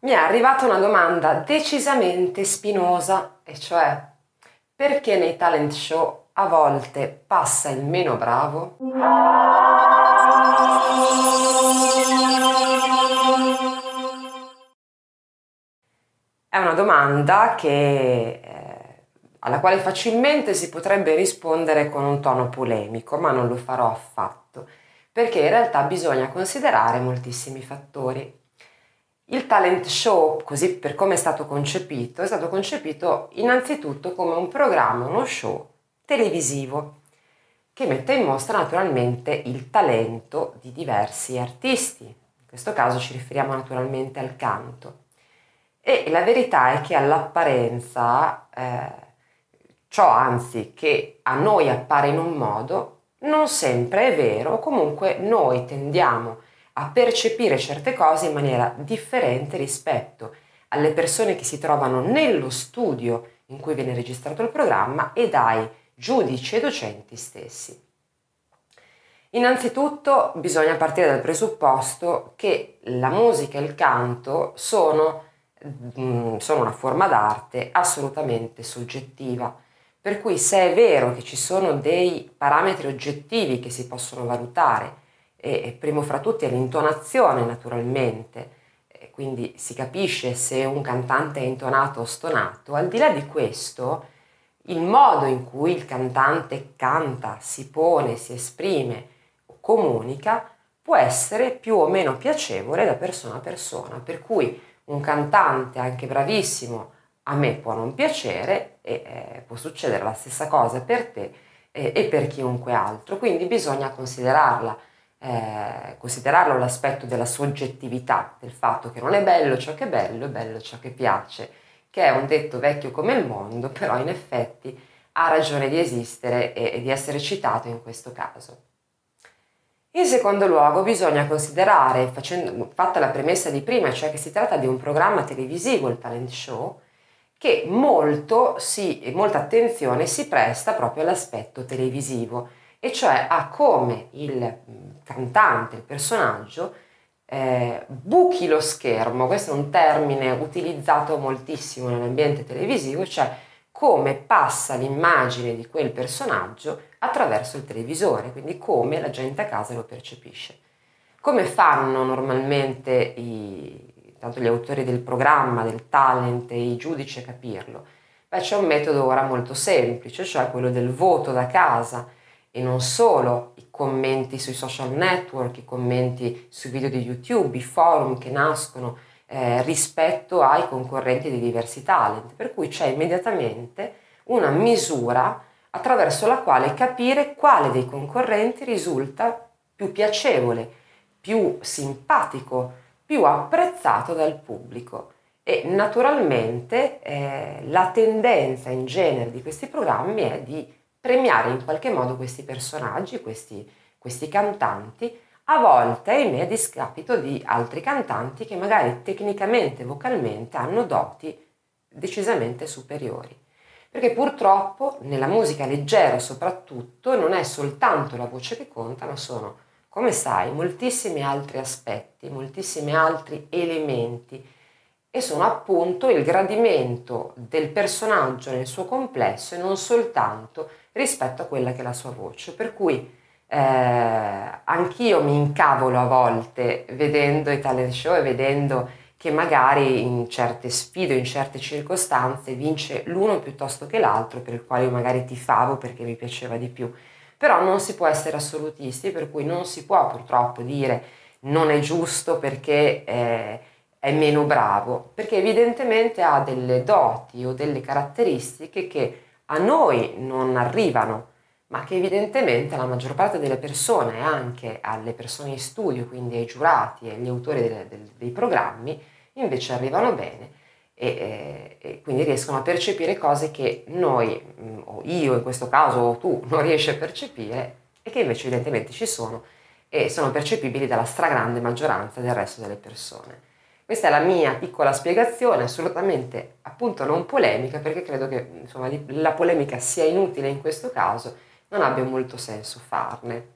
Mi è arrivata una domanda decisamente spinosa, e cioè perché nei talent show a volte passa il meno bravo? È una domanda alla quale facilmente si potrebbe rispondere con un tono polemico, ma non lo farò affatto, perché in realtà bisogna considerare moltissimi fattori. Il talent show, così per come è stato concepito innanzitutto come un programma, uno show televisivo che mette in mostra naturalmente il talento di diversi artisti. In questo caso ci riferiamo naturalmente al canto. E la verità è che all'apparenza ciò anzi che a noi appare in un modo non sempre è vero, comunque noi tendiamo a percepire certe cose in maniera differente rispetto alle persone che si trovano nello studio in cui viene registrato il programma e dai giudici e docenti stessi. Innanzitutto bisogna partire dal presupposto che la musica e il canto sono una forma d'arte assolutamente soggettiva, per cui se è vero che ci sono dei parametri oggettivi che si possono valutare, e primo fra tutti è l'intonazione naturalmente, quindi si capisce se un cantante è intonato o stonato, al di là di questo il modo in cui il cantante canta, si pone, si esprime o comunica può essere più o meno piacevole da persona a persona, per cui un cantante anche bravissimo a me può non piacere e può succedere la stessa cosa per te e per chiunque altro, quindi bisogna considerarlo l'aspetto della soggettività, del fatto che non è bello ciò che è bello ciò che piace, che è un detto vecchio come il mondo, però in effetti ha ragione di esistere e di essere citato in questo caso. In secondo luogo bisogna considerare, fatta la premessa di prima, cioè che si tratta di un programma televisivo, il talent show, che molta attenzione si presta proprio all'aspetto televisivo, e cioè a come il cantante, il personaggio, buchi lo schermo. Questo è un termine utilizzato moltissimo nell'ambiente televisivo, cioè come passa l'immagine di quel personaggio attraverso il televisore, quindi come la gente a casa lo percepisce. Come fanno normalmente tanto gli autori del programma, del talent e i giudici a capirlo? Beh, c'è un metodo ora molto semplice, cioè quello del voto da casa, e non solo i commenti sui social network, i commenti sui video di YouTube, i forum che nascono rispetto ai concorrenti di diversi talent, per cui c'è immediatamente una misura attraverso la quale capire quale dei concorrenti risulta più piacevole, più simpatico, più apprezzato dal pubblico. E naturalmente la tendenza in genere di questi programmi è di premiare in qualche modo questi personaggi, questi cantanti, a volte, ahimè, a discapito di altri cantanti che magari tecnicamente, vocalmente hanno doti decisamente superiori. Perché purtroppo nella musica leggera soprattutto non è soltanto la voce che conta, ma sono, come sai, moltissimi altri aspetti, moltissimi altri elementi, e sono appunto il gradimento del personaggio nel suo complesso e non soltanto rispetto a quella che è la sua voce. Per cui anch'io mi incavolo a volte vedendo i talent show e vedendo che magari in certe sfide, in certe circostanze vince l'uno piuttosto che l'altro, per il quale io magari tifavo perché mi piaceva di più. Però non si può essere assolutisti, per cui non si può purtroppo dire non è giusto perché è meno bravo, perché evidentemente ha delle doti o delle caratteristiche che a noi non arrivano, ma che evidentemente alla maggior parte delle persone, anche alle persone in studio, quindi ai giurati e agli autori dei programmi, invece arrivano bene e quindi riescono a percepire cose che noi, o io in questo caso, o tu, non riesci a percepire e che invece evidentemente ci sono e sono percepibili dalla stragrande maggioranza del resto delle persone. Questa è la mia piccola spiegazione, assolutamente appunto non polemica, perché credo che insomma la polemica sia inutile in questo caso, non abbia molto senso farne.